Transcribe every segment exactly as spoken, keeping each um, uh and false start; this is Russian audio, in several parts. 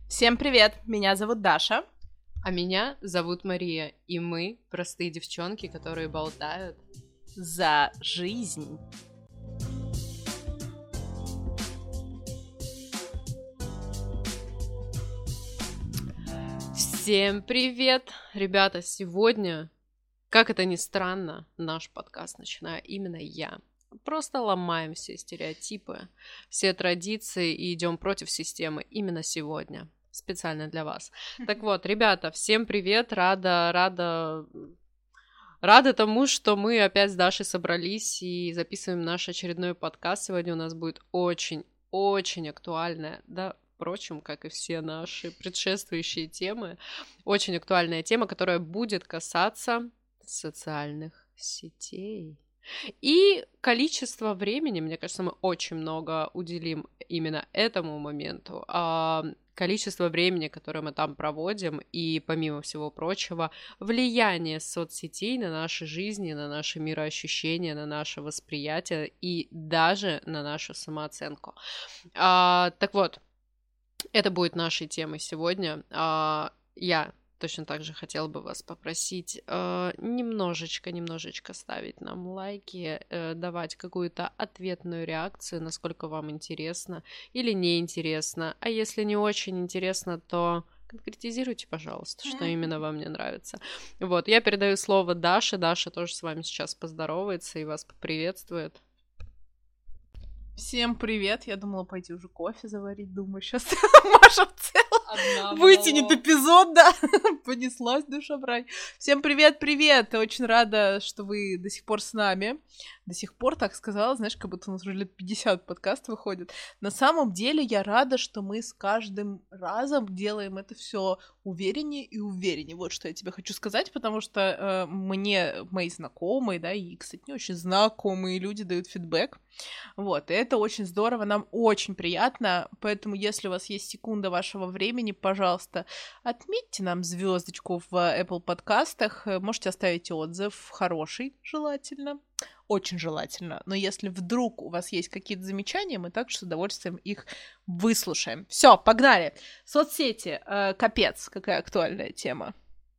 Всем привет, меня зовут Даша. А меня зовут Мария, и мы простые девчонки, которые болтают за жизнь. Всем привет! Ребята, сегодня, как это ни странно, наш подкаст начинаю именно я. Просто ломаем все стереотипы, все традиции и идем против системы именно сегодня. Специально для вас. Так вот, ребята, всем привет, рада, рада, рада тому, что мы опять с Дашей собрались и записываем наш очередной подкаст. Сегодня у нас будет очень-очень актуальная, да, впрочем, как и все наши предшествующие темы, очень актуальная тема, которая будет касаться социальных сетей. И количество времени, мне кажется, мы очень много уделим именно этому моменту. А количество времени, которое мы там проводим, и, помимо всего прочего, влияние соцсетей на наши жизни, на наше мироощущение, на наше восприятие и даже на нашу самооценку. А, так вот, это будет нашей темой сегодня. А, я точно так же хотела бы вас попросить э, немножечко, немножечко ставить нам лайки, э, давать какую-то ответную реакцию, насколько вам интересно или не интересно. А если не очень интересно, то конкретизируйте, пожалуйста, что именно вам не нравится. Вот, я передаю слово Даше. Даша тоже с вами сейчас поздоровается и вас поприветствует. Всем привет! Я думала пойти уже кофе заварить, думаю, сейчас Маша в целом вытянет эпизод, да, понеслась душа брать. Всем привет-привет! Очень рада, что вы до сих пор с нами. До сих пор так сказала, знаешь, как будто у нас уже лет пятьдесят подкаст выходит. На самом деле я рада, что мы с каждым разом делаем это все увереннее и увереннее. Вот что я тебе хочу сказать, потому что э, мне мои знакомые, да, и, кстати, не очень знакомые люди дают фидбэк. Вот, и это очень здорово, нам очень приятно, поэтому если у вас есть секунда вашего времени, пожалуйста, отметьте нам звездочку в Apple подкастах, можете оставить отзыв, хороший, желательно, очень желательно, но если вдруг у вас есть какие-то замечания, мы также с удовольствием их выслушаем. Все, погнали! Соцсети, э, капец, какая актуальная тема.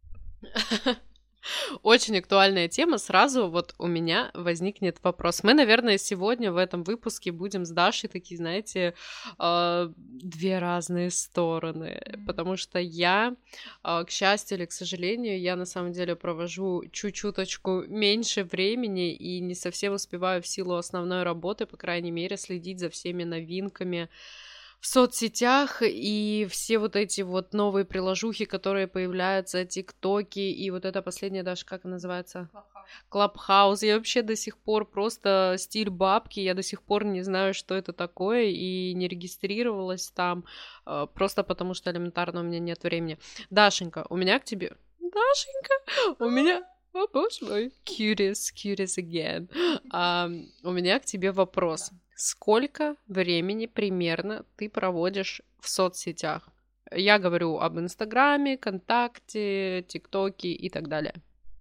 Очень актуальная тема. Сразу вот у меня возникнет вопрос. Мы, наверное, сегодня в этом выпуске будем с Дашей такие, знаете, э, две разные стороны. Mm-hmm. Потому что я, э, к счастью или к сожалению, я на самом деле провожу чуть-чуточку меньше времени и не совсем успеваю в силу основной работы, по крайней мере, следить за всеми новинками в соцсетях, и все вот эти вот новые приложухи, которые появляются, тиктоки, и вот это последнее даже, как называется? Клабхаус. Я вообще до сих пор просто стиль бабки, я до сих пор не знаю, что это такое, и не регистрировалась там, просто потому что элементарно у меня нет времени. Дашенька, у меня к тебе... Дашенька, у меня... О, боже мой. Curious, curious again. Um, у меня к тебе вопрос. Сколько времени примерно ты проводишь в соцсетях? Я говорю об Инстаграме, ВКонтакте, ТикТоке и так далее.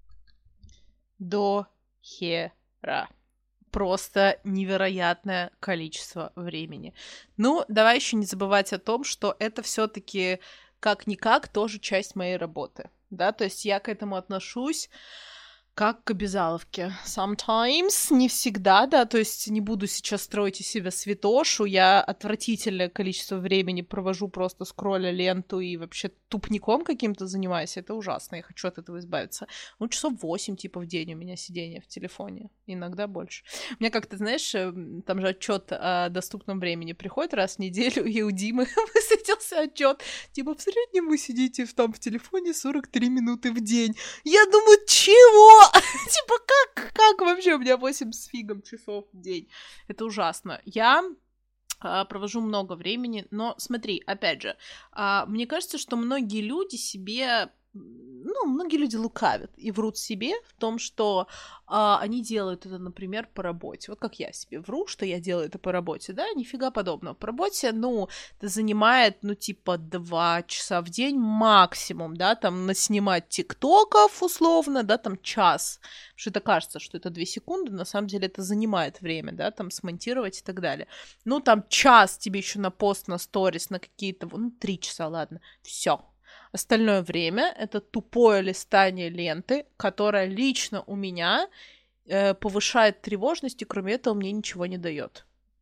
До хера. Просто невероятное количество времени. Ну, давай еще не забывать о том, что это все-таки как-никак тоже часть моей работы. Да, то есть я к этому отношусь как к обязаловке. Sometimes, не всегда, да, то есть не буду сейчас строить из себя святошу, я отвратительное количество времени провожу просто скролля ленту и вообще тупником каким-то занимаюсь, это ужасно, я хочу от этого избавиться. Ну, часов восемь, типа, в день у меня сидение в телефоне, иногда больше. У меня как-то, знаешь, там же отчет о доступном времени приходит раз в неделю, и у Димы высветился отчет, типа, в среднем вы сидите в, там в телефоне сорок три минуты в день. Я думаю, чего? Типа, как, как вообще у меня восемь с фигом часов в день? Это ужасно. Я а, провожу много времени, но смотри, опять же, а, мне кажется, что многие люди себе ну, многие люди лукавят и врут себе в том, что а, они делают это, например, по работе. Вот как я себе вру, что я делаю это по работе, да, нифига подобного. По работе, ну, это занимает, ну, типа, два часа в день максимум, да, там, наснимать тиктоков, условно, да, там, час. Потому что это кажется, что это две секунды, на самом деле это занимает время, да, там, смонтировать и так далее. Ну, там, час тебе еще на пост, на сторис, на какие-то, ну, три часа, ладно, все. Остальное время это тупое листание ленты, которое лично у меня э, повышает тревожность, и кроме этого мне ничего не дает.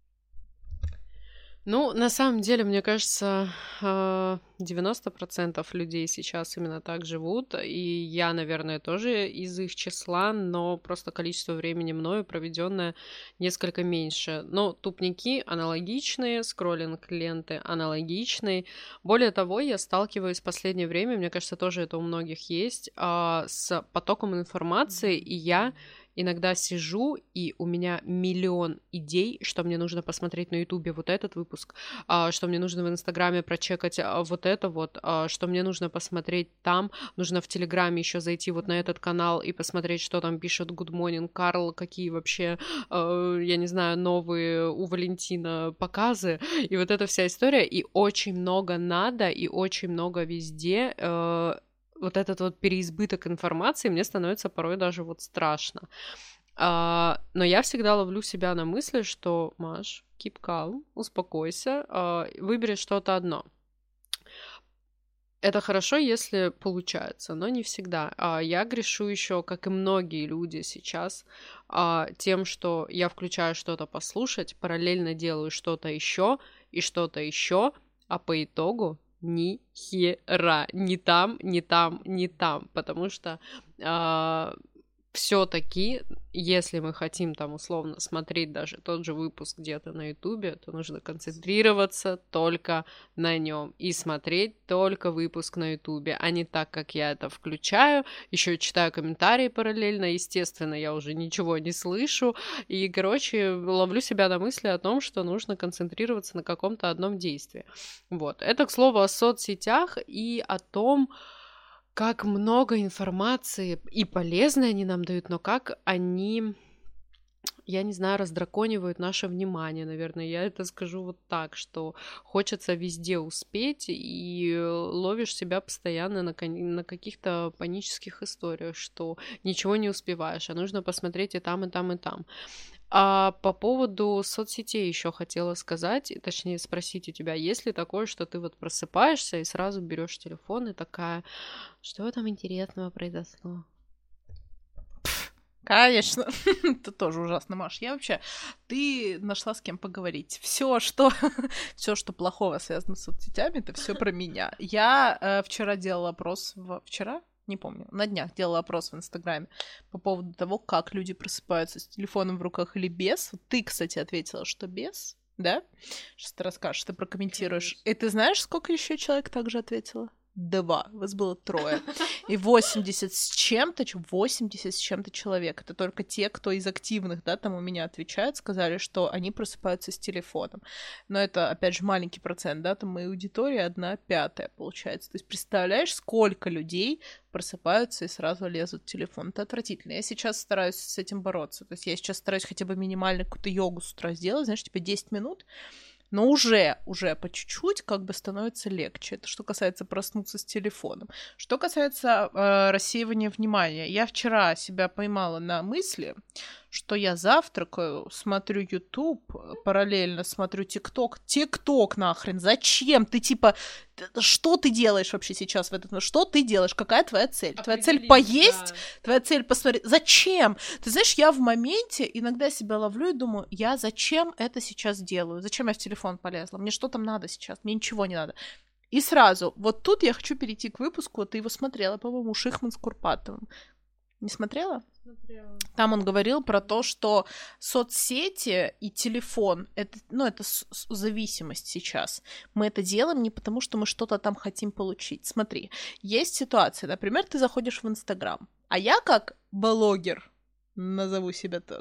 Ну, на самом деле, мне кажется, девяносто процентов людей сейчас именно так живут, и я, наверное, тоже из их числа, но просто количество времени мною проведенное несколько меньше. Но тупники аналогичные, скроллинг ленты аналогичный. Более того, я сталкиваюсь в последнее время, мне кажется, тоже это у многих есть, с потоком информации, и я иногда сижу, и у меня миллион идей, что мне нужно посмотреть на Ютубе вот этот выпуск, что мне нужно в Инстаграме прочекать вот это вот, что мне нужно посмотреть там, нужно в Телеграме еще зайти вот на этот канал и посмотреть, что там пишет Good Morning Карл, какие вообще, я не знаю, новые у Валентина показы, и вот эта вся история, и очень много надо, и очень много везде, вот этот вот переизбыток информации, мне становится порой даже вот страшно. А, но я всегда ловлю себя на мысли, что, Маш, keep calm, успокойся, а, выбери что-то одно. Это хорошо, если получается, но не всегда. А я грешу еще, как и многие люди сейчас, а, тем, что я включаю что-то послушать, параллельно делаю что-то еще и что-то еще, а по итогу ни хера, ни там, ни там, ни там, потому что э, все-таки, если мы хотим там условно смотреть даже тот же выпуск где-то на Ютубе, то нужно концентрироваться только на нем и смотреть только выпуск на Ютубе, а не так, как я это включаю, еще читаю комментарии параллельно, естественно, я уже ничего не слышу, и, короче, ловлю себя на мысли о том, что нужно концентрироваться на каком-то одном действии. Вот. Это, к слову, о соцсетях и о том, как много информации и полезной они нам дают, но как они, я не знаю, раздраконивают наше внимание, наверное. Я это скажу вот так, что хочется везде успеть, и ловишь себя постоянно на, на каких-то панических историях, что ничего не успеваешь, а нужно посмотреть и там, и там, и там. А по поводу соцсетей еще хотела сказать, точнее спросить у тебя, есть ли такое, что ты вот просыпаешься и сразу берешь телефон и такая, что там интересного произошло? Конечно, это тоже ужасно, Маш. Я вообще, ты нашла с кем поговорить. Все, что, все, что плохого связано с соцсетями, это все про меня. Я э, вчера делала опрос, в... вчера? Не помню, на днях делала опрос в Инстаграме по поводу того, как люди просыпаются с телефоном в руках или без. Ты, кстати, ответила, что без, да? Сейчас ты расскажешь, ты прокомментируешь. Конечно. И ты знаешь, сколько еще человек также ответило? Два. Вас было трое. И восемьдесят с чем-то, восемьдесят с чем-то человек. Это только те, кто из активных, да, там у меня отвечают, сказали, что они просыпаются с телефоном. Но это, опять же, маленький процент, да, там моей аудитории одна пятая, получается. То есть представляешь, сколько людей просыпаются и сразу лезут в телефон. Это отвратительно. Я сейчас стараюсь с этим бороться. То есть я сейчас стараюсь хотя бы минимально какую-то йогу с утра сделать, знаешь, типа десять минут, но уже, уже по чуть-чуть как бы становится легче. Это что касается проснуться с телефоном. Что касается э, рассеивания внимания. Я вчера себя поймала на мысли, что я завтракаю, смотрю YouTube, параллельно смотрю ТикТок. ТикТок нахрен, зачем? Ты типа, что ты делаешь вообще сейчас в этот момент? Что ты делаешь? Какая твоя цель? Твоя цель поесть? Да. Твоя цель посмотреть? Зачем? Ты знаешь, я в моменте иногда себя ловлю и думаю, я зачем это сейчас делаю? Зачем я в телефон полезла? Мне что там надо сейчас? Мне ничего не надо. И сразу, вот тут я хочу перейти к выпуску, ты его смотрела, по-моему, Шихман с Курпатовым. Не смотрела? Смотрела. Там он говорил про то, что соцсети и телефон, это, ну, это с- с- зависимость сейчас. Мы это делаем не потому, что мы что-то там хотим получить. Смотри, есть ситуация, например, ты заходишь в Инстаграм, а я как блогер, назову себя так,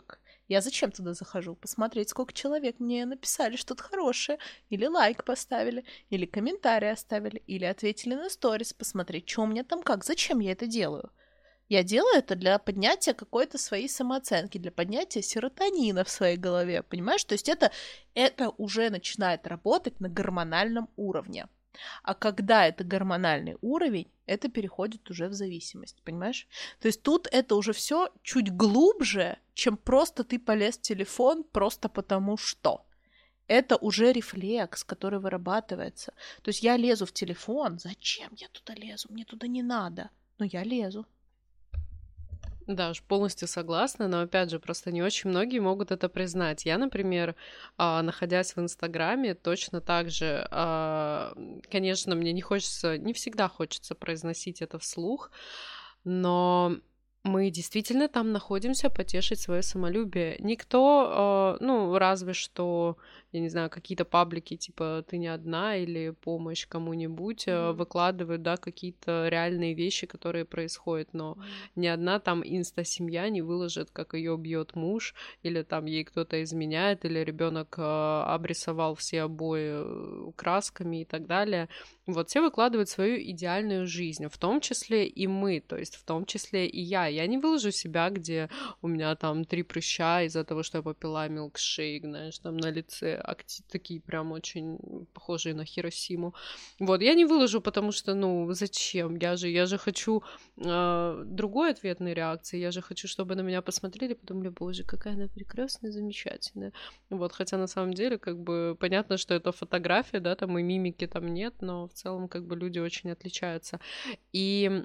Я зачем туда захожу? Посмотреть, сколько человек мне написали что-то хорошее, или лайк поставили, или комментарий оставили, или ответили на сторис, посмотреть, что у меня там как, зачем я это делаю? Я делаю это для поднятия какой-то своей самооценки, для поднятия серотонина в своей голове, понимаешь? То есть это, это уже начинает работать на гормональном уровне. А когда это гормональный уровень, это переходит уже в зависимость, понимаешь? То есть тут это уже все чуть глубже, чем просто ты полез в телефон просто потому что. Это уже рефлекс, который вырабатывается. То есть я лезу в телефон, зачем я туда лезу? Мне туда не надо, но я лезу. Да, уж полностью согласна, но опять же, просто не очень многие могут это признать. Я, например, а, находясь в Инстаграме, точно так же, а, конечно, мне не хочется, не всегда хочется произносить это вслух, но мы действительно там находимся потешить свое самолюбие. Никто, э, ну, разве что, я не знаю, какие-то паблики, типа «Ты не одна» или «Помощь кому-нибудь» mm-hmm. выкладывают, да, какие-то реальные вещи, которые происходят, но mm-hmm. ни одна там инста-семья не выложит, как ее бьет муж, или там ей кто-то изменяет, или ребенок э, обрисовал все обои красками и так далее. Вот, все выкладывают свою идеальную жизнь, в том числе и мы, то есть в том числе и я. Я не выложу себя, где у меня там три прыща из-за того, что я попила милкшейк, знаешь, там на лице акти- такие прям очень похожие на Хиросиму. Вот, я не выложу, потому что, ну, зачем? Я же, я же хочу э, другой ответной реакции, я же хочу, чтобы на меня посмотрели, подумали, боже, какая она прекрасная, замечательная. Вот, хотя на самом деле, как бы, понятно, что это фотография, да, там и мимики там нет, но в целом, как бы, люди очень отличаются. И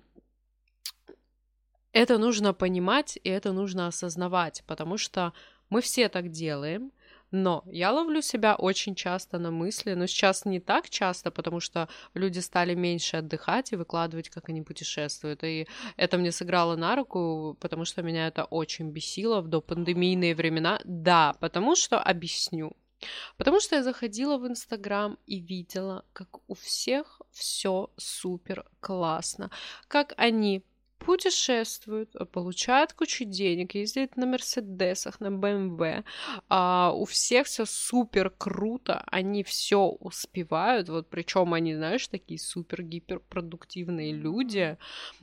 это нужно понимать, и это нужно осознавать, потому что мы все так делаем, но я ловлю себя очень часто на мысли, но сейчас не так часто, потому что люди стали меньше отдыхать и выкладывать, как они путешествуют, и это мне сыграло на руку, потому что меня это очень бесило в допандемийные времена. Да, потому что, объясню, потому что я заходила в Инстаграм и видела, как у всех все супер классно, как они путешествуют, получают кучу денег, ездят на Мерседесах, на бэ эм вэ, а, у всех все супер круто, они все успевают, вот причем они, знаешь, такие супер гиперпродуктивные люди,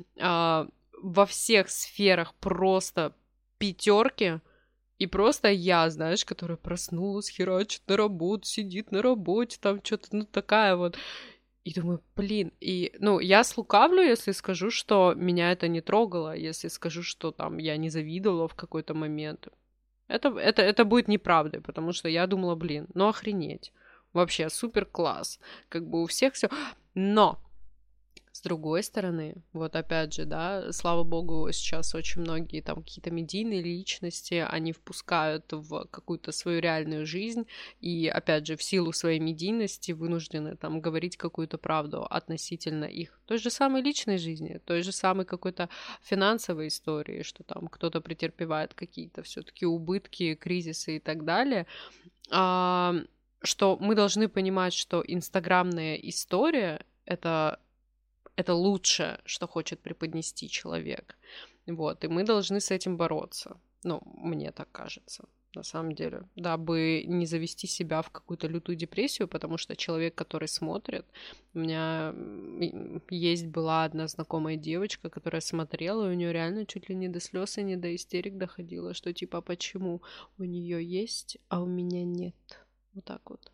а, во всех сферах просто пятерки. И просто я, знаешь, которая проснулась, херачит на работу, сидит на работе, там что-то, ну, такая вот. И думаю, блин, и, ну, я слукавлю, если скажу, что меня это не трогало, если скажу, что там я не завидовала в какой-то момент. Это, это, это будет неправдой, потому что я думала, блин, ну охренеть. Вообще, супер класс. Как бы у всех все. Но с другой стороны, вот опять же, да, слава богу, сейчас очень многие там какие-то медийные личности, они впускают в какую-то свою реальную жизнь и, опять же, в силу своей медийности вынуждены там говорить какую-то правду относительно их той же самой личной жизни, той же самой какой-то финансовой истории, что там кто-то претерпевает какие-то все-таки убытки, кризисы и так далее, а, что мы должны понимать, что инстаграмная история — это это лучшее, что хочет преподнести человек. Вот, и мы должны с этим бороться. Ну, мне так кажется, на самом деле. Дабы не завести себя в какую-то лютую депрессию, потому что человек, который смотрит... У меня есть была одна знакомая девочка, которая смотрела, и у нее реально чуть ли не до слез и не до истерик доходило, что типа, почему у нее есть, а у меня нет. Вот так вот.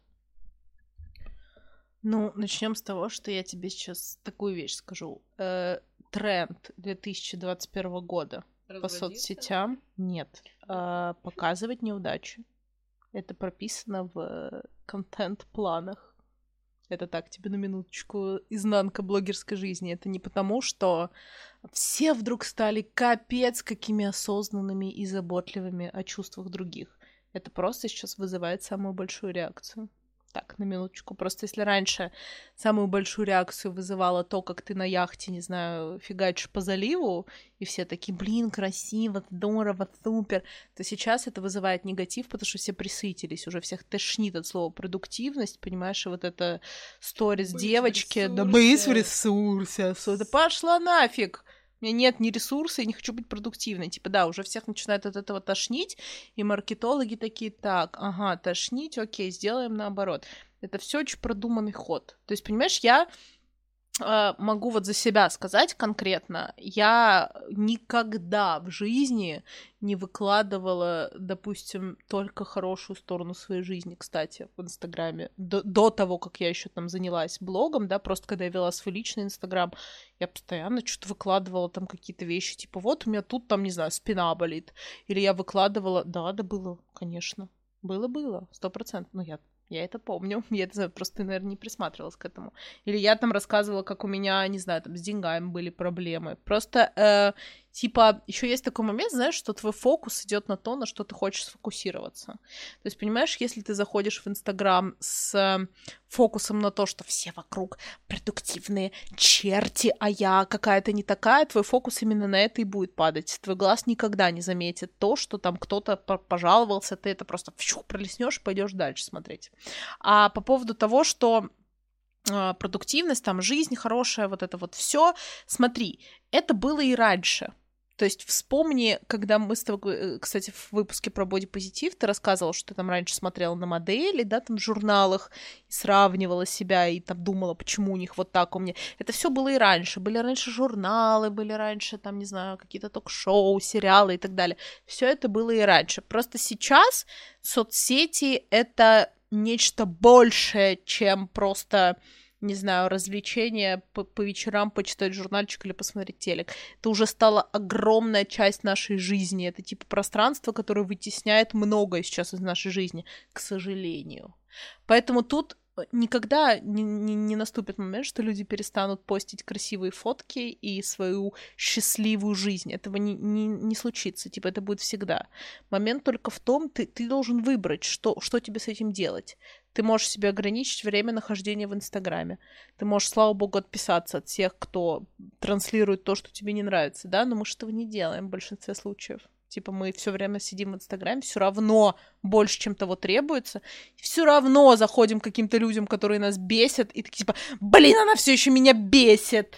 Ну, начнем с того, что я тебе сейчас такую вещь скажу. Э, тренд две тысячи двадцать первого года по соцсетям нет. Э, показывать неудачи. Это прописано в контент-планах. Это так, тебе на минуточку изнанка блогерской жизни. Это не потому, что все вдруг стали капец какими осознанными и заботливыми о чувствах других. Это просто сейчас вызывает самую большую реакцию. Так, на минуточку. Просто если раньше самую большую реакцию вызывало то, как ты на яхте, не знаю, фигачишь по заливу, и все такие, блин, красиво, здорово, супер, то сейчас это вызывает негатив, потому что все присытились, уже всех тошнит от слова продуктивность, понимаешь, и вот это сторис девочки, да быть в ресурсе, да пошла нафиг! У меня нет ни ресурса, я не хочу быть продуктивной. Типа, да, уже всех начинает от этого тошнить, и маркетологи такие, так, ага, тошнить, окей, сделаем наоборот. Это все очень продуманный ход. То есть, понимаешь, я э, могу вот за себя сказать конкретно, я никогда в жизни не выкладывала, допустим, только хорошую сторону своей жизни, кстати, в Инстаграме. До, до того, как я еще там занялась блогом, да, просто когда я вела свой личный Инстаграм, я постоянно что-то выкладывала там какие-то вещи, типа, вот у меня тут там, не знаю, спина болит. Или я выкладывала, да, да было, конечно. Было-было, сто процентов. Ну, я, я это помню. Я это знаю, просто ты, наверное, не присматривалась к этому. Или я там рассказывала, как у меня, не знаю, там с деньгами были проблемы. Просто, э, типа, еще есть такой момент, знаешь, что твой фокус идет на то, на что ты хочешь сфокусироваться. То есть, понимаешь, если ты заходишь в Инстаграм с э, фокусом на то, что все вокруг продуктивные черти, а я какая-то не такая, твой фокус именно на это и будет падать. Твой глаз никогда не заметит то, что там кто-то пожаловался, ты это просто пролистнешь, пойдешь дальше смотреть. А по поводу того, что э, продуктивность, там, жизнь хорошая, вот это вот все, смотри, это было и раньше. То есть вспомни, когда мы с тобой, кстати, в выпуске про бодипозитив, ты рассказывала, что ты там раньше смотрела на модели, да, там в журналах, и сравнивала себя, и там думала, почему у них вот так у меня. Это все было и раньше. Были раньше журналы, были раньше, там, не знаю, какие-то ток-шоу, сериалы и так далее. Все это было и раньше. Просто сейчас соцсети — это нечто большее, чем просто, не знаю, развлечения по, по вечерам почитать журнальчик или посмотреть телек. Это уже стала огромная часть нашей жизни. Это типа пространство, которое вытесняет многое сейчас из нашей жизни, к сожалению. Поэтому тут никогда не, не, не наступит момент, что люди перестанут постить красивые фотки и свою счастливую жизнь. Этого не, не, не случится. Типа, это будет всегда. Момент только в том, ты, ты должен выбрать, что, что тебе с этим делать. Ты можешь себе ограничить время нахождения в Инстаграме. Ты можешь, слава богу, отписаться от тех, кто транслирует то, что тебе не нравится, да, но мы же этого не делаем в большинстве случаев. Типа мы все время сидим в Инстаграме, все равно больше, чем того требуется, все равно заходим к каким-то людям, которые нас бесят, и такие типа, блин, она все еще меня бесит.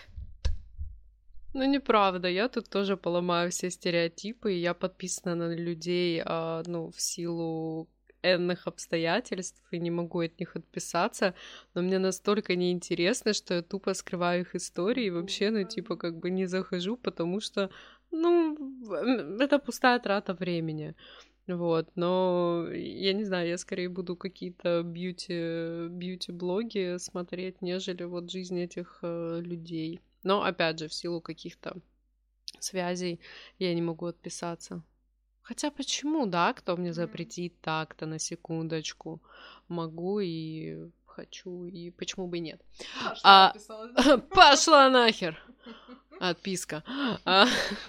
Ну, неправда, я тут тоже поломаю все стереотипы, и я подписана на людей, а, ну, в силу энных обстоятельств, и не могу от них отписаться, но мне настолько неинтересно, что я тупо скрываю их истории, и вообще, ну, типа, как бы не захожу, потому что, ну, это пустая трата времени. Вот, но я не знаю, я скорее буду какие-то бьюти, бьюти-блоги смотреть, нежели вот жизнь этих э, людей. Но, опять же, в силу каких-то связей я не могу отписаться. Хотя почему, да? Кто мне запретит так-то на секундочку? Могу и хочу, и почему бы и нет? Пошла, а... Пошла нахер! Отписка. А...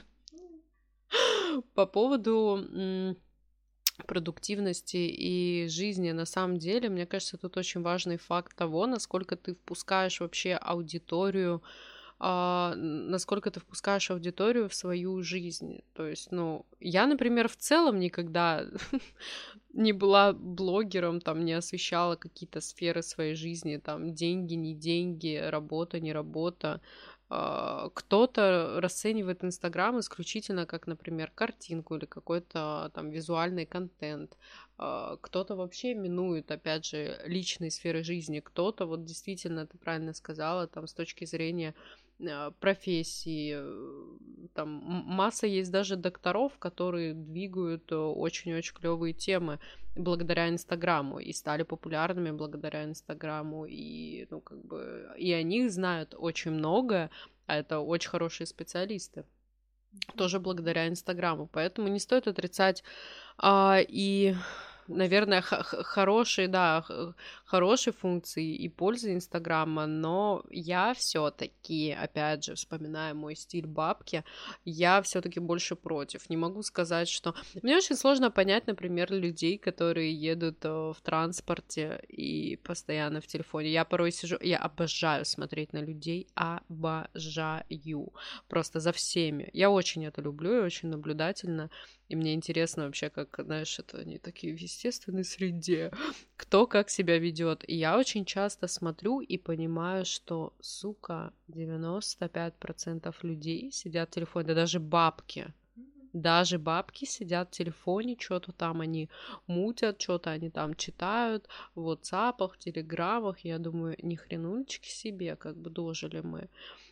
По поводу продуктивности и жизни, на самом деле, мне кажется, тут очень важный факт того, насколько ты впускаешь вообще аудиторию, а, насколько ты впускаешь аудиторию в свою жизнь. То есть, ну, я, например, в целом никогда не была блогером, там, не освещала какие-то сферы своей жизни, там, деньги, не деньги, работа, не работа. Кто-то расценивает Инстаграм исключительно как, например, картинку или какой-то там визуальный контент. Кто-то вообще минует, опять же, личные сферы жизни. Кто-то, вот действительно, ты правильно сказала, там с точки зрения профессии, там масса есть даже докторов, которые двигают очень-очень клевые темы благодаря Инстаграму и стали популярными благодаря Инстаграму, и, ну, как бы, и о них знают очень много, а это очень хорошие специалисты, тоже благодаря Инстаграму, поэтому не стоит отрицать а, и... наверное, х- х- хорошие, да, х- хорошие функции и пользы Инстаграма, но я все-таки, опять же, вспоминая мой стиль бабки, я все-таки больше против. Не могу сказать, что... Мне очень сложно понять, например, людей, которые едут в транспорте и постоянно в телефоне. Я порой сижу, я обожаю смотреть на людей, обожаю. Просто за всеми. Я очень это люблю, я очень наблюдательна. И мне интересно вообще, как, знаешь, это они такие в естественной среде, кто как себя ведет. ведет. И я очень часто смотрю и понимаю, что, сука, девяносто пять процентов людей сидят в телефоне, да даже бабки. Даже бабки сидят в телефоне, что-то там они мутят, что-то они там читают в WhatsApp, в Телеграмах. Я думаю, ни хренулечки себе, как бы дожили мы.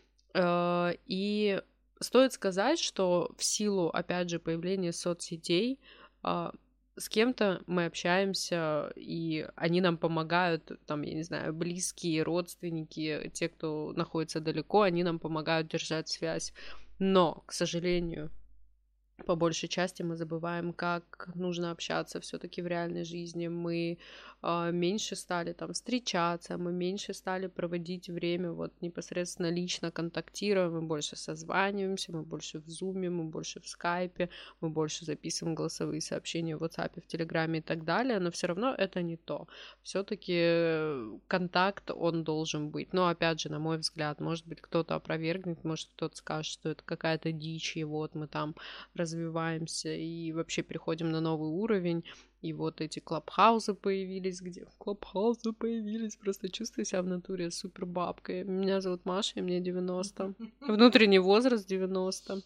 И стоит сказать, что в силу, опять же, появления соцсетей, с кем-то мы общаемся, и они нам помогают, там, я не знаю, близкие, родственники, те, кто находится далеко, они нам помогают держать связь. Но, к сожалению, по большей части мы забываем, как нужно общаться все-таки в реальной жизни. Мы э, меньше стали там встречаться, мы меньше стали проводить время вот непосредственно лично контактируя, мы больше созваниваемся, мы больше в Зуме, мы больше в Скайпе, мы больше записываем голосовые сообщения в WhatsApp, в Телеграме и так далее, но все равно это не то. Все-таки контакт, он должен быть. Но опять же, на мой взгляд, может быть, кто-то опровергнет, может, кто-то скажет, что это какая-то дичь, и вот мы там развиваемся и вообще переходим на новый уровень. И вот эти клабхаузы появились, где клабхаузы появились, просто чувствую себя в натуре супер бабкой. Меня зовут Маша, и мне девяносто. Внутренний возраст девяносто.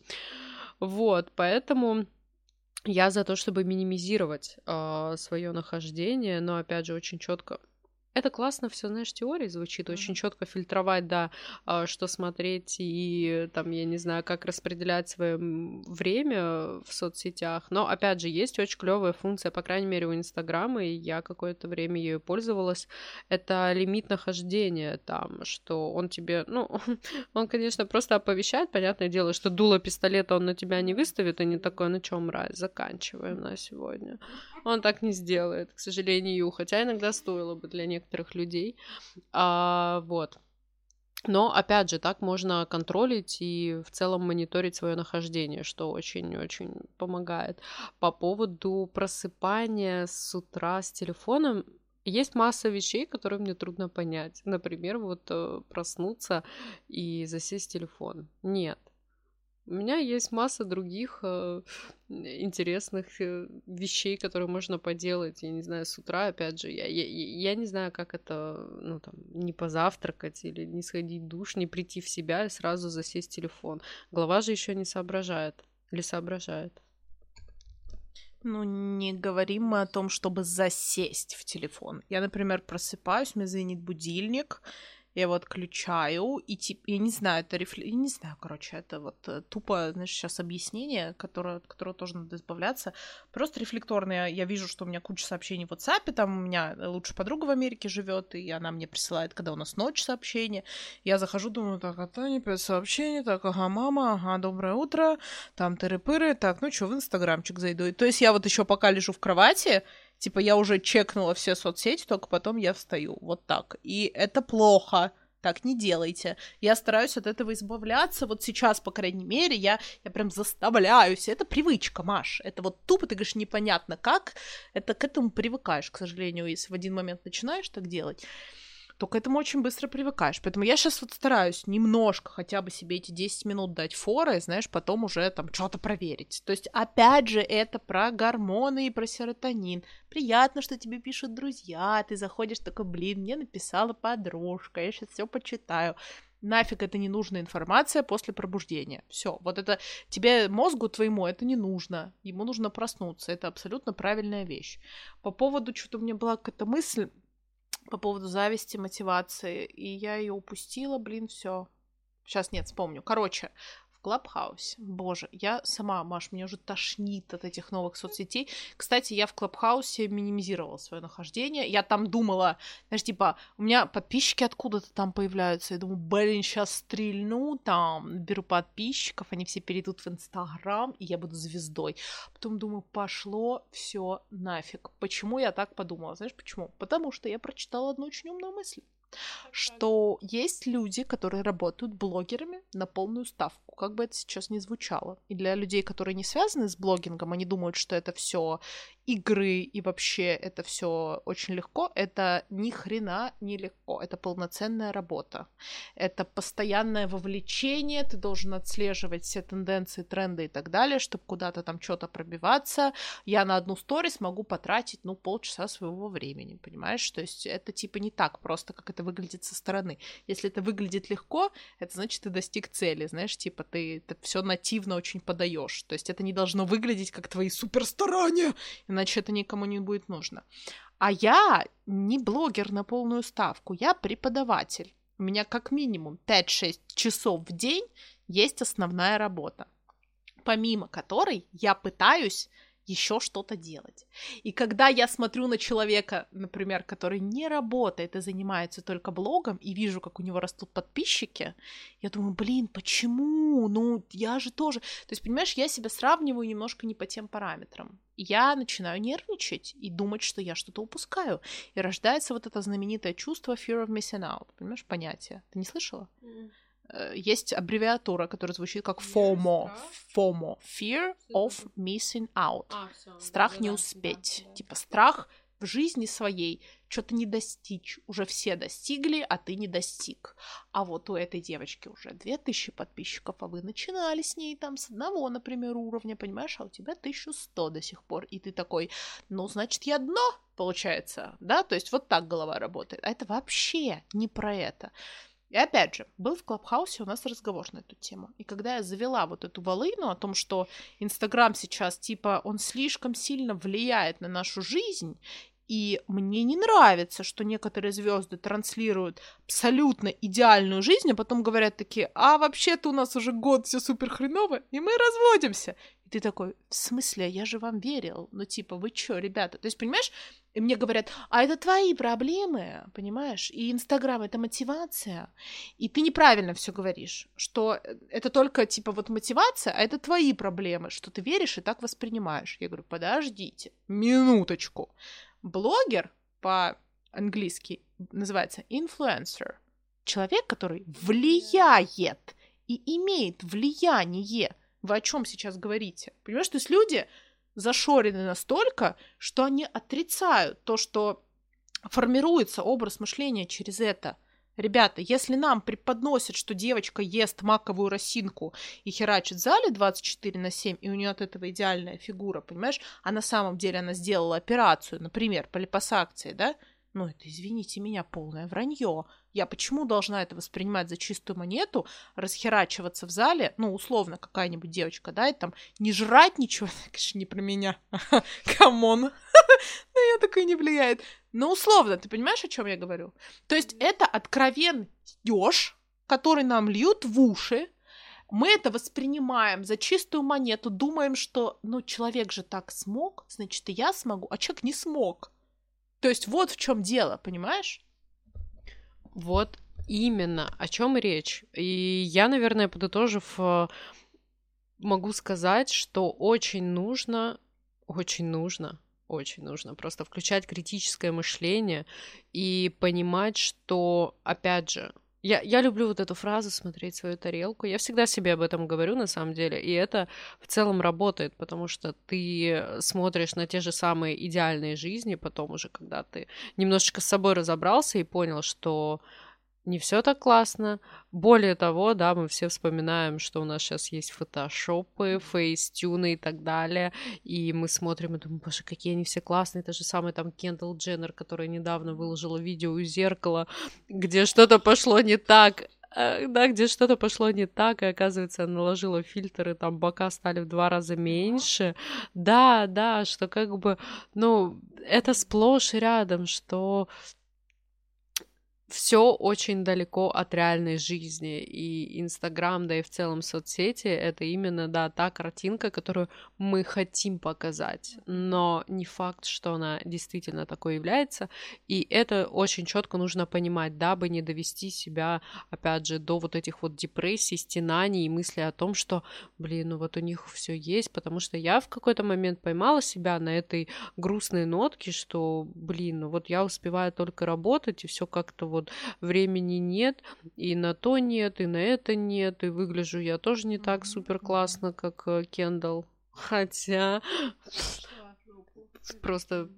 Вот, поэтому я за то, чтобы минимизировать э, свое нахождение, но опять же очень четко. Это классно все, знаешь, теории звучит, mm-hmm. очень четко фильтровать, да, что смотреть и, там, я не знаю, как распределять свое время в соцсетях. Но, опять же, есть очень клевая функция, по крайней мере, у Инстаграма, и я какое-то время ею пользовалась. Это лимит нахождения там, что он тебе, ну, он, конечно, просто оповещает, понятное дело, что дуло пистолета он на тебя не выставит, и не такой, ну чё, мразь, заканчиваем на сегодня. Он так не сделает, к сожалению, хотя иногда стоило бы для некоторых некоторых людей, а, вот. Но, опять же, так можно контролить и в целом мониторить свое нахождение, что очень-очень помогает. По поводу просыпания с утра с телефоном, есть масса вещей, которые мне трудно понять. Например, вот проснуться и засесть в телефон. Нет. У меня есть масса других э, интересных э, вещей, которые можно поделать, я не знаю, с утра, опять же, я, я, я не знаю, как это, ну, там, не позавтракать или не сходить в душ, не прийти в себя и сразу засесть в телефон. Голова же еще не соображает. Или соображает? Ну, не говорим мы о том, чтобы засесть в телефон. Я, например, просыпаюсь, мне звенит будильник, я его отключаю, и типа, я не знаю, это рефле... я не знаю, короче, это вот тупо, знаешь, сейчас объяснение, которое, от которого тоже надо избавляться. Просто рефлекторное. Я вижу, что у меня куча сообщений в WhatsApp, там у меня лучшая подруга в Америке живет, и она мне присылает, когда у нас ночь, сообщения. Я захожу, думаю, так, а Таня, пять сообщений, так, ага, мама, ага, доброе утро, там тыры-пыры, так, ну что, в инстаграмчик зайду. И, то есть я вот еще пока лежу в кровати, типа, я уже чекнула все соцсети, только потом я встаю. Вот так. И это плохо. Так не делайте. Я стараюсь от этого избавляться. Вот сейчас, по крайней мере, я, я прям заставляюсь. Это привычка, Маш. Это вот тупо, ты говоришь, непонятно как. Это к этому привыкаешь, к сожалению. Если в один момент начинаешь так делать, то к этому очень быстро привыкаешь. Поэтому я сейчас вот стараюсь немножко хотя бы себе эти десять минут дать форы, знаешь, потом уже там что-то проверить. То есть, опять же, это про гормоны и про серотонин. Приятно, что тебе пишут друзья, ты заходишь такой, блин, мне написала подружка, я сейчас все почитаю. Нафиг это ненужная информация после пробуждения. Все, вот это тебе, мозгу твоему, это не нужно. Ему нужно проснуться. Это абсолютно правильная вещь. По поводу, что-то у меня была какая-то мысль, по поводу зависти, мотивации, и я ее упустила, блин, все. Сейчас нет, вспомню. Короче, в Клабхаусе, боже, я сама, Маш, меня уже тошнит от этих новых соцсетей. Кстати, я в Клабхаусе минимизировала свое нахождение. Я там думала, знаешь, типа, у меня подписчики откуда-то там появляются. Я думаю, блин, сейчас стрельну там, беру подписчиков, они все перейдут в Инстаграм, и я буду звездой. Потом думаю, пошло все нафиг. Почему я так подумала? Знаешь, почему? Потому что я прочитала одну очень умную мысль. Что есть люди, которые работают блогерами на полную ставку, как бы это сейчас ни звучало. И для людей, которые не связаны с блогингом, они думают, что это все игры и вообще это все очень легко, это ни хрена не легко, это полноценная работа, это постоянное вовлечение, ты должен отслеживать все тенденции, тренды и так далее, чтобы куда-то там что-то пробиваться. Я на одну сторис могу потратить, ну, полчаса своего времени, понимаешь? То есть это типа не так просто, как это выглядит со стороны. Если это выглядит легко, это значит, ты достиг цели, знаешь, типа ты, ты все нативно очень подаешь. То есть это не должно выглядеть как твои суперстарания, иначе это никому не будет нужно. А я не блогер на полную ставку, я преподаватель. У меня как минимум пять-шесть часов в день есть основная работа, помимо которой я пытаюсь еще что-то делать. И когда я смотрю на человека, например, который не работает и занимается только блогом, и вижу, как у него растут подписчики, я думаю, блин, почему? Ну, я же тоже... То есть, понимаешь, я себя сравниваю немножко не по тем параметрам. И я начинаю нервничать и думать, что я что-то упускаю. И рождается вот это знаменитое чувство fear of missing out. Понимаешь, понятие? Ты не слышала? Mm. Есть аббревиатура, которая звучит как FOMO. FOMO. Fear of missing out. А, страх да, не успеть. Да, да. Типа страх в жизни своей что-то не достичь. Уже все достигли, а ты не достиг. А вот у этой девочки уже две тысячи подписчиков, а вы начинали с ней там с одного, например, уровня, понимаешь, а у тебя тысяча сто до сих пор. И ты такой, ну, значит, я дно, получается, да? То есть вот так голова работает. А это вообще не про это. И опять же, был в Клабхаусе у нас разговор на эту тему. И когда я завела вот эту волыну о том, что Инстаграм сейчас, типа, он слишком сильно влияет на нашу жизнь, и мне не нравится, что некоторые звезды транслируют абсолютно идеальную жизнь, а потом говорят такие, а вообще-то у нас уже год все супер хреново, и мы разводимся. И ты такой, в смысле, я же вам верил. Ну, типа, вы чё, ребята? То есть, понимаешь, и мне говорят, а это твои проблемы, понимаешь? И Инстаграм — это мотивация. И ты неправильно все говоришь, что это только, типа, вот мотивация, а это твои проблемы, что ты веришь и так воспринимаешь. Я говорю, подождите, минуточку. Блогер по-английски называется influencer. Человек, который влияет и имеет влияние. Вы о чем сейчас говорите? Понимаешь, то есть люди зашорены настолько, что они отрицают то, что формируется образ мышления через это. Ребята, если нам преподносят, что девочка ест маковую росинку и херачит в зале двадцать четыре на семь, и у нее от этого идеальная фигура, понимаешь, а на самом деле она сделала операцию, например, по липосакции, да? Ну, это, извините меня, полное вранье. Я почему должна это воспринимать за чистую монету, расхерачиваться в зале, ну, условно, какая-нибудь девочка, да, и там не жрать ничего, конечно, не про меня, камон, на я такое не влияет. Но условно, ты понимаешь, о чем я говорю? То есть это откровенный ёж, который нам льют в уши, мы это воспринимаем за чистую монету, думаем, что, ну, человек же так смог, значит, и я смогу, а человек не смог. То есть вот в чем дело, понимаешь? Вот именно о чем речь. И я, наверное, подытожив, могу сказать, что очень нужно, очень нужно, очень нужно просто включать критическое мышление и понимать, что, опять же, Я, я люблю вот эту фразу «смотреть свою тарелку». Я всегда себе об этом говорю, на самом деле, и это в целом работает, потому что ты смотришь на те же самые идеальные жизни потом уже, когда ты немножечко с собой разобрался и понял, что не все так классно. Более того, да, мы все вспоминаем, что у нас сейчас есть фотошопы, фейстюны и так далее, и мы смотрим и думаем, боже, какие они все классные. Это же самый там Кендалл Дженнер, которая недавно выложила видео у зеркала, где что-то пошло не так. Да, где что-то пошло не так, и, оказывается, она наложила фильтры, там бока стали в два раза меньше. Да, да, что как бы, ну, это сплошь и рядом, что все очень далеко от реальной жизни, и Инстаграм, да и в целом соцсети — это именно, да, та картинка, которую мы хотим показать, но не факт, что она действительно такой является, и это очень четко нужно понимать, дабы не довести себя, опять же, до вот этих вот депрессий, стенаний и мыслей о том, что, блин, ну вот у них все есть, потому что я в какой-то момент поймала себя на этой грустной нотке, что, блин, ну вот я успеваю только работать, и все как-то вот Вот времени нет, и на то нет, и на это нет, и выгляжу я тоже не так супер классно, как Кендалл. Хотя просто...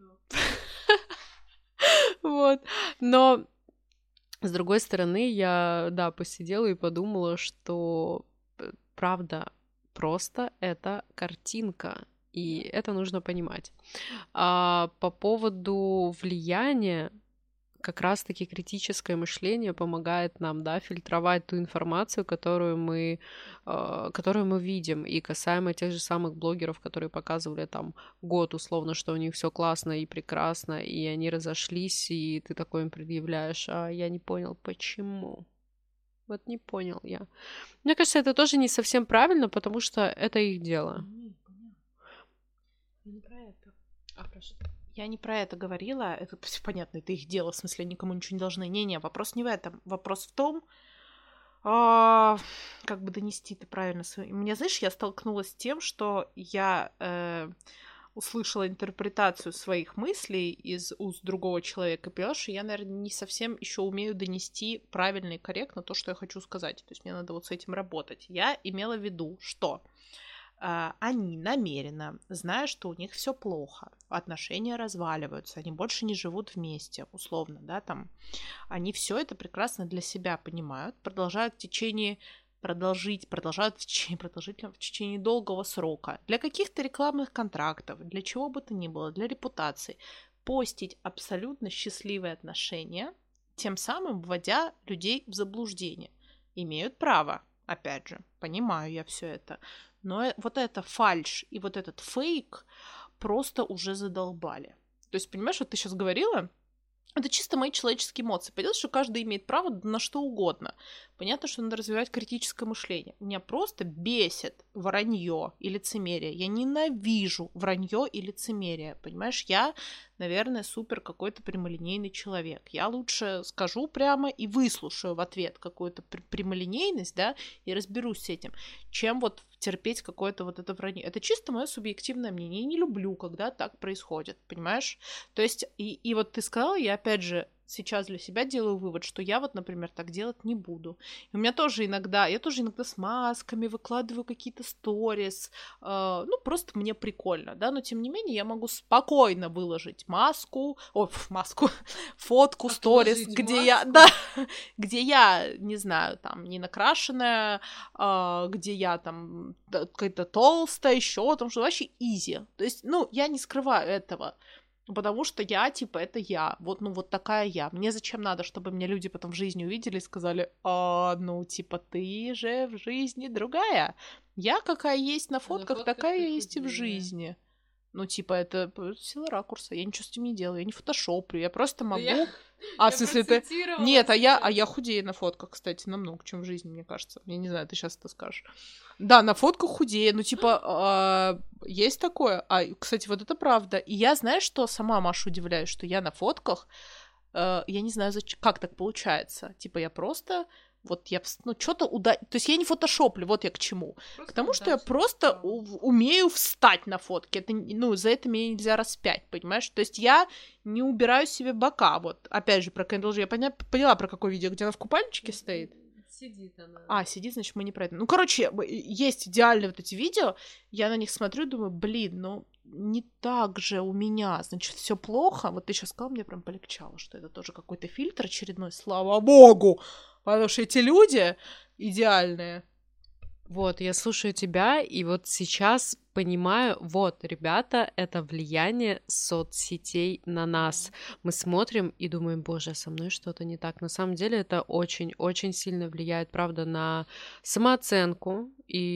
Вот. Но, с другой стороны, я, да, посидела и подумала, что, правда, просто это картинка, и это нужно понимать. А по поводу влияния, как раз-таки критическое мышление помогает нам, да, фильтровать ту информацию, которую мы, э, которую мы видим. И касаемо тех же самых блогеров, которые показывали там год условно, что у них все классно и прекрасно, и они разошлись, и ты такой им предъявляешь, а я не понял, почему. Вот не понял я. Мне кажется, это тоже не совсем правильно, потому что это их дело. Не про это. А про что? Я не про это говорила, это понятно, это их дело, в смысле, никому ничего не должны. Не-не, вопрос не в этом. Вопрос в том, а, как бы донести это правильно. Мне, знаешь, я столкнулась с тем, что я э, услышала интерпретацию своих мыслей из уст другого человека, поняла, что я, наверное, не совсем еще умею донести правильно и корректно то, что я хочу сказать. То есть мне надо вот с этим работать. Я имела в виду, что они намеренно, зная, что у них все плохо, отношения разваливаются, они больше не живут вместе, условно, да, там, они все это прекрасно для себя понимают, продолжают в течение, продолжить, продолжают в течение, продолжительно в течение долгого срока, для каких-то рекламных контрактов, для чего бы то ни было, для репутации, постить абсолютно счастливые отношения, тем самым вводя людей в заблуждение. Имеют право, опять же, понимаю я все это. Но вот эта фальшь и вот этот фейк просто уже задолбали. То есть, понимаешь, вот ты сейчас говорила, это чисто мои человеческие эмоции. Понятно, что каждый имеет право на что угодно. Понятно, что надо развивать критическое мышление. Меня просто бесит вранье и лицемерие. Я ненавижу вранье и лицемерие. Понимаешь, я, наверное, супер какой-то прямолинейный человек. Я лучше скажу прямо и выслушаю в ответ какую-то прямолинейность, да, и разберусь с этим, чем вот терпеть какое-то вот это вранье. Это чисто мое субъективное мнение. Я не люблю, когда так происходит, понимаешь? То есть, и, и вот ты сказала, я опять же сейчас для себя делаю вывод, что я вот, например, так делать не буду. И у меня тоже иногда, я тоже иногда с масками выкладываю какие-то сторис, э, ну, просто мне прикольно, да, но тем не менее я могу спокойно выложить маску, о, маску, фотку, сторис, где маску? я, да, где я, не знаю, там, не накрашенная, э, где я там какая-то толстая, еще там, что вообще изи. То есть, ну, я не скрываю этого. Потому что я, типа, это я. Вот, ну, вот такая я. Мне зачем надо, чтобы меня люди потом в жизни увидели и сказали, а, ну, типа, ты же в жизни другая. Я какая есть на фотках, на фотках такая я есть и в жизни. Ну, типа, это сила ракурса. Я ничего с этим не делаю. Я не фотошоплю. Я просто могу... Я... А, в смысле, ты... Нет, а я, а я худею на фотках, кстати, намного, чем в жизни, мне кажется. Я не знаю, ты сейчас это скажешь. Да, на фотках худею. Ну, типа, э, есть такое. А, кстати, вот это правда. И я, знаешь, что сама, Маша, удивляюсь, что я на фотках... Э, я не знаю, зачем, как так получается. Типа, я просто... Вот я, ну, что-то уда... То есть я не фотошоплю, вот я к чему. Просто к тому, что я просто у- умею встать на фотке. Это, ну, за это меня нельзя распять, понимаешь? То есть я не убираю себе бока. Вот, опять же, про Кэндалл Дженнер. Я поня... поняла, про какое видео, где она в купальничке стоит? Сидит она. А, сидит, значит, мы не про это. Ну, короче, есть идеальные вот эти видео. Я на них смотрю и думаю, блин, ну, не так же у меня, значит, все плохо. Вот ты сейчас сказала, мне прям полегчало, что это тоже какой-то фильтр очередной, слава богу. Потому что эти люди идеальные. Вот, я слушаю тебя, и вот сейчас понимаю, вот, ребята, это влияние соцсетей на нас. Мы смотрим и думаем, боже, со мной что-то не так. На самом деле это очень-очень сильно влияет, правда, на самооценку,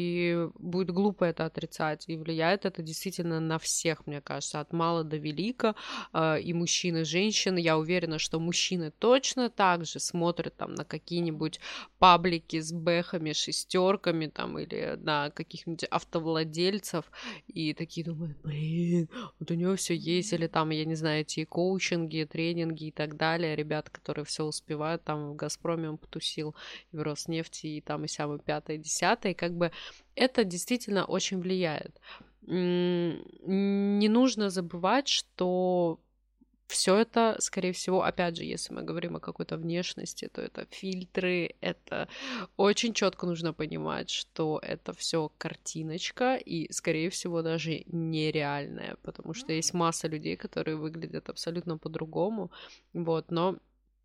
и будет глупо это отрицать. И влияет это действительно на всех, мне кажется, от мала до велика, и мужчин, и женщин. Я уверена, что мужчины точно так же смотрят там на какие-нибудь паблики с бэхами, шестерками там, или на каких-нибудь автовладельцев, и такие думают, блин, вот у него все есть, или там, я не знаю, эти коучинги, тренинги и так далее, ребята, которые все успевают, там в Газпроме он потусил, и в Роснефти, и там и сям, и пятое, и десятое, и как бы это действительно очень влияет. Не нужно забывать, что все это, скорее всего, опять же, если мы говорим о какой-то внешности, то это фильтры, это очень четко нужно понимать, что это все картиночка и, скорее всего, даже нереальная, потому что есть масса людей, которые выглядят абсолютно по-другому, вот, но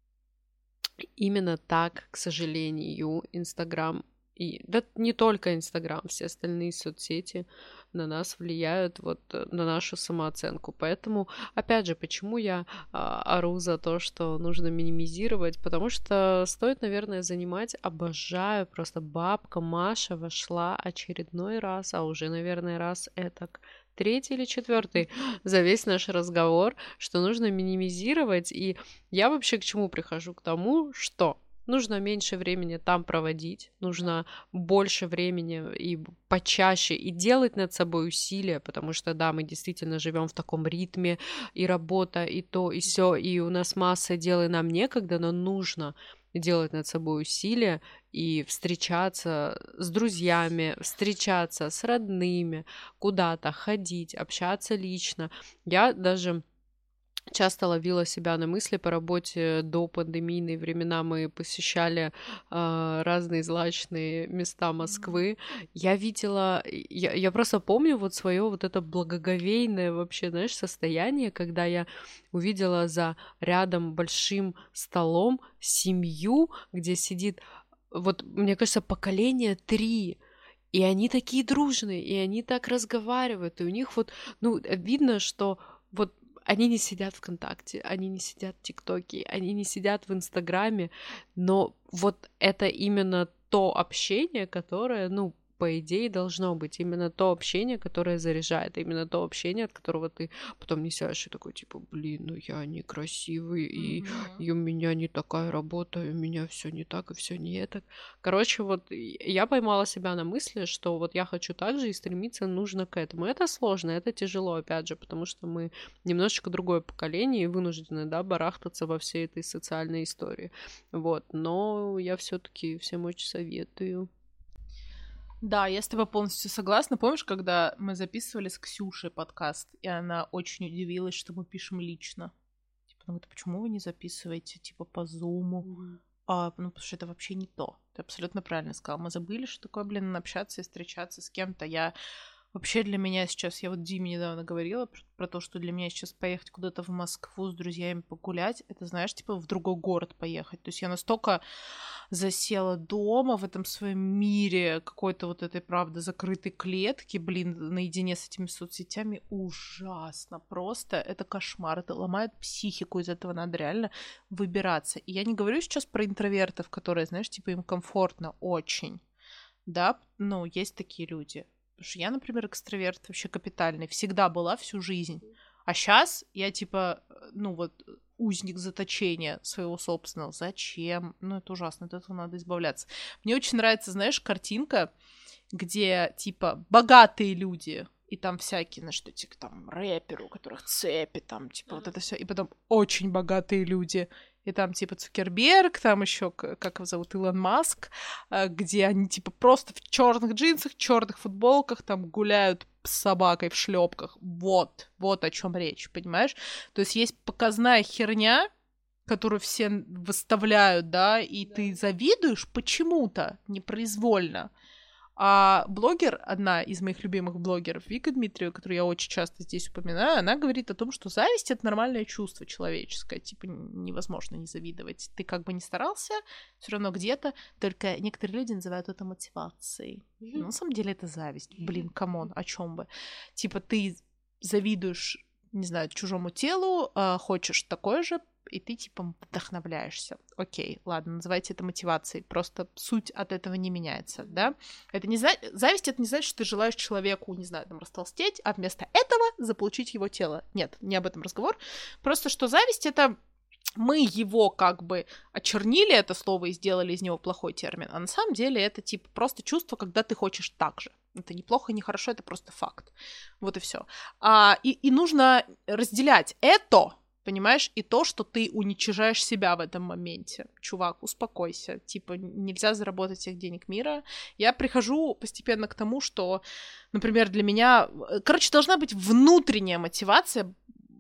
именно так, к сожалению, Инстаграм и да не только Инстаграм, все остальные соцсети на нас влияют, вот на нашу самооценку. Поэтому, опять же, почему я а, ору за то, что нужно минимизировать, потому что стоит, наверное, занимать, обожаю, просто бабка Маша вошла очередной раз, а уже, наверное, раз этак третий или четвертый за весь наш разговор, что нужно минимизировать. И я вообще к чему прихожу? К тому, что нужно меньше времени там проводить, нужно больше времени и почаще, и делать над собой усилия, потому что, да, мы действительно живем в таком ритме, и работа, и то, и все, и у нас масса дел, и нам некогда, но нужно делать над собой усилия и встречаться с друзьями, встречаться с родными, куда-то ходить, общаться лично. Я даже часто ловила себя на мысли по работе. До пандемийные времена мы посещали э, разные злачные места Москвы. Я видела, я, я просто помню вот свое вот это благоговейное вообще, знаешь, состояние, когда я увидела за рядом большим столом семью, где сидит, вот, мне кажется, поколение три. И они такие дружные, и они так разговаривают, и у них вот, ну, видно, что вот они не сидят ВКонтакте, они не сидят в ТикТоке, они не сидят в Инстаграме, но вот это именно то общение, которое, ну, по идее, должно быть. Именно то общение, которое заряжает, именно то общение, от которого ты потом несешь и такой, типа, блин, ну я некрасивый, и, Мгм. и у меня не такая работа, и у меня все не так, и все не это. Короче, вот и- я поймала себя на мысли, что вот я хочу так же, и стремиться нужно к этому. Это сложно, это тяжело, опять же, потому что мы немножечко другое поколение и вынуждены, да, барахтаться во всей этой социальной истории. Вот, но я все-таки всем очень советую. Да, я с тобой полностью согласна. Помнишь, когда мы записывали с Ксюшей подкаст, и она очень удивилась, что мы пишем лично? Типа, она говорит, почему вы не записываете, типа, по зуму? Мгм. А, ну, потому что это вообще не то. Ты абсолютно правильно сказала. Мы забыли, что такое, блин, общаться и встречаться с кем-то. Я вообще для меня сейчас, я вот Диме недавно говорила про, про то, что для меня сейчас поехать куда-то в Москву с друзьями погулять, это, знаешь, типа в другой город поехать. То есть я настолько засела дома в этом своем мире какой-то вот этой, правда, закрытой клетки, блин, наедине с этими соцсетями. Ужасно просто. Это кошмар. Это ломает психику. Из этого надо реально выбираться. И я не говорю сейчас про интровертов, которые, знаешь, типа им комфортно очень. Да, ну, есть такие люди. Потому что я, например, экстраверт вообще капитальный. Всегда была всю жизнь. А сейчас я, типа, ну вот, узник заточения своего собственного. Зачем? Ну, это ужасно, от этого надо избавляться. Мне очень нравится, знаешь, картинка, где, типа, богатые люди, и там всякие, ну, что, типа, там, рэперы, у которых цепи, там, типа, вот это все, и потом очень богатые люди, и там, типа, Цукерберг, там еще, как его зовут, Илон Маск, где они, типа, просто в черных джинсах, черных футболках, там, гуляют с собакой в шлепках. Вот, вот о чем речь, понимаешь? То есть есть показная херня, которую все выставляют, да, и да. Ты завидуешь почему-то непроизвольно. А блогер, одна из моих любимых блогеров, Вика Дмитриева, которую я очень часто здесь упоминаю, она говорит о том, что зависть — это нормальное чувство человеческое, типа невозможно не завидовать. Ты как бы не старался, все равно где-то, только некоторые люди называют это мотивацией. Mm-hmm. Но на самом деле это зависть. Блин, камон, о чем бы? Типа ты завидуешь, не знаю, чужому телу, а хочешь такое же, и ты, типа, вдохновляешься. Окей, ладно, называйте это мотивацией, просто суть от этого не меняется, да? Это не зна... Зависть — это не значит, что ты желаешь человеку, не знаю, там, растолстеть, а вместо этого заполучить его тело. Нет, не об этом разговор. Просто что зависть — это мы его как бы очернили, это слово, и сделали из него плохой термин, а на самом деле это, типа, просто чувство, когда ты хочешь так же. Это не плохо, не хорошо, это просто факт. Вот и все. А, и, и нужно разделять это, понимаешь, и то, что ты уничижаешь себя в этом моменте. Чувак, успокойся. Типа, нельзя заработать всех денег мира. Я прихожу постепенно к тому, что, например, для меня... Короче, должна быть внутренняя мотивация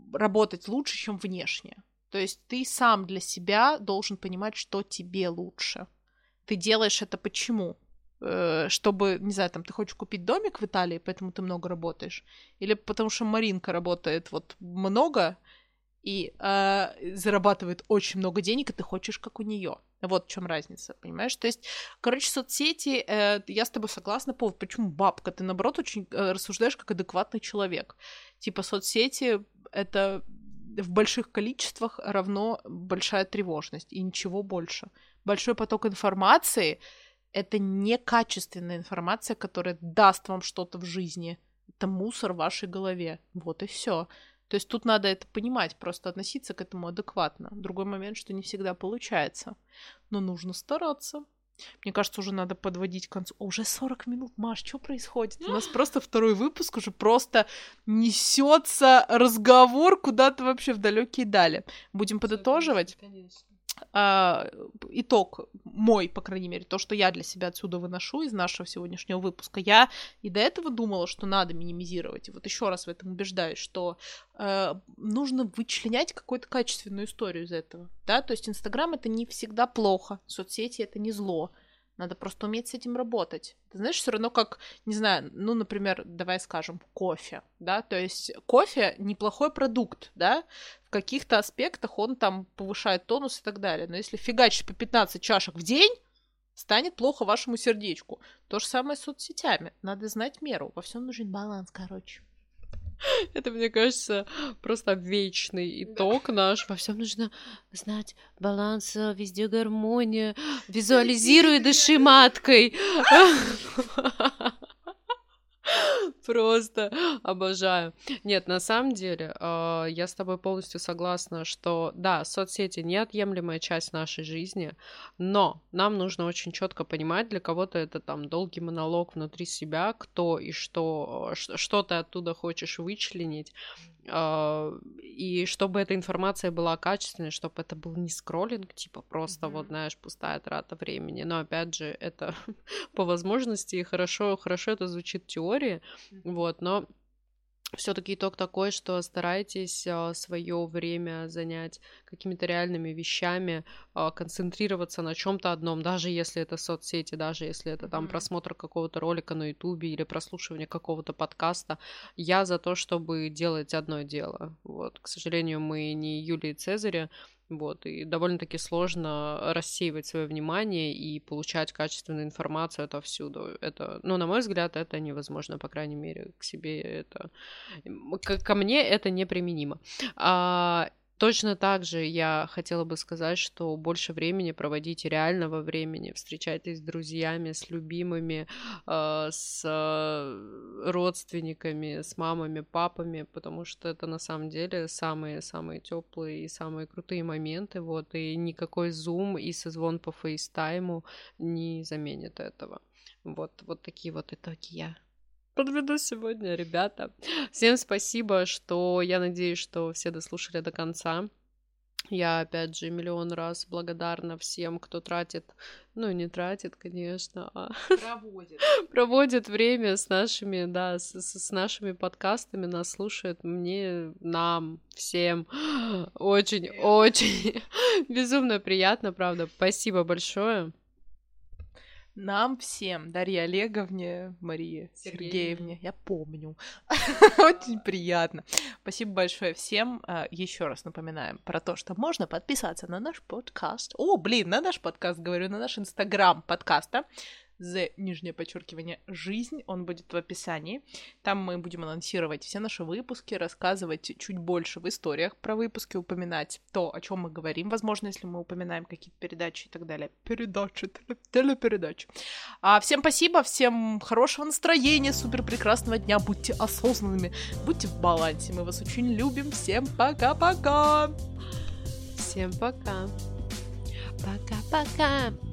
работать лучше, чем внешне. То есть ты сам для себя должен понимать, что тебе лучше. Ты делаешь это почему? Чтобы, не знаю, там, ты хочешь купить домик в Италии, поэтому ты много работаешь? Или потому что Маринка работает вот много и э, зарабатывает очень много денег, и ты хочешь, как у нее? Вот в чем разница, понимаешь? То есть, короче, соцсети, э, я с тобой согласна, повод, почему бабка? Ты, наоборот, очень э, рассуждаешь как адекватный человек. Типа, соцсети — это в больших количествах равно большая тревожность, и ничего больше. Большой поток информации — это некачественная информация, которая даст вам что-то в жизни. Это мусор в вашей голове. Вот и все. То есть тут надо это понимать, просто относиться к этому адекватно. Другой момент, что не всегда получается. Но нужно стараться. Мне кажется, уже надо подводить к концу. О, уже сорок минут, Маш, что происходит? У нас просто второй выпуск, уже просто несется разговор куда-то вообще в далекие дали. Будем подытоживать. Конечно. Uh, итог мой, по крайней мере, то, что я для себя отсюда выношу из нашего сегодняшнего выпуска. Я и до этого думала, что надо минимизировать. И вот еще раз в этом убеждаюсь, что uh, нужно вычленять какую-то качественную историю из этого. Да? То есть Инстаграм — это не всегда плохо, соцсети — это не зло. Надо просто уметь с этим работать. Ты знаешь, все равно как, не знаю, ну, например, давай скажем, кофе, да, то есть кофе неплохой продукт, да, в каких-то аспектах он там повышает тонус и так далее, но если фигачить по пятнадцать чашек в день, станет плохо вашему сердечку. То же самое с соцсетями. Надо знать меру. Во всем нужен баланс, короче. Это, мне кажется, просто вечный итог да. наш. Во всем нужно знать баланс, везде гармония. Визуализируй, дыши маткой. Просто обожаю. Нет, на самом деле, э, я с тобой полностью согласна, что да, соцсети — неотъемлемая часть нашей жизни, но нам нужно очень четко понимать, для кого-то это там долгий монолог внутри себя, кто и что, что ты оттуда хочешь вычленить, э, и чтобы эта информация была качественной, чтобы это был не скроллинг, типа просто mm-hmm. вот, знаешь, пустая трата времени. Но опять же, это по возможности хорошо, хорошо это звучит в теории, вот, но все-таки итог такой, что старайтесь а, свое время занять какими-то реальными вещами, а, концентрироваться на чем-то одном, даже если это соцсети, даже если это там mm-hmm. просмотр какого-то ролика на Ютубе или прослушивание какого-то подкаста. Я за то, чтобы делать одно дело. Вот, к сожалению, мы не Юлии Цезаря. Вот, и довольно-таки сложно рассеивать свое внимание и получать качественную информацию отовсюду. Это, ну, на мой взгляд, это невозможно, по крайней мере, к себе это... К- ко мне это неприменимо. А, точно так же я хотела бы сказать, что больше времени проводите реального времени, встречайтесь с друзьями, с любимыми, э, с родственниками, с мамами, папами, потому что это на самом деле самые-самые теплые и самые крутые моменты, вот, и никакой зум и созвон по фейстайму не заменит этого. Вот, вот такие вот итоги я подведу сегодня, ребята. Всем спасибо, что я надеюсь, что все дослушали до конца. Я, опять же, миллион раз благодарна всем, кто тратит, ну, не тратит, конечно, а проводит, проводит время с нашими, да, с, с нашими подкастами, нас слушает. Мне, нам, всем очень, очень безумно приятно, правда. Спасибо большое. Нам всем, Дарье Олеговне, Марии Сергеевне, Сергеевне, я помню. Очень приятно. Спасибо большое всем. Еще раз напоминаем про то, что можно подписаться на наш подкаст. О, блин, на наш подкаст, говорю, на наш инстаграм подкаста. The, нижнее подчеркивание, жизнь, он будет в описании. Там мы будем анонсировать все наши выпуски, рассказывать чуть больше в историях про выпуски, упоминать то, о чем мы говорим, возможно, если мы упоминаем какие-то передачи и так далее. Передачи, телепередачи. А, всем спасибо, всем хорошего настроения, супер прекрасного дня, будьте осознанными, будьте в балансе, мы вас очень любим, всем пока-пока! Всем пока! Пока-пока!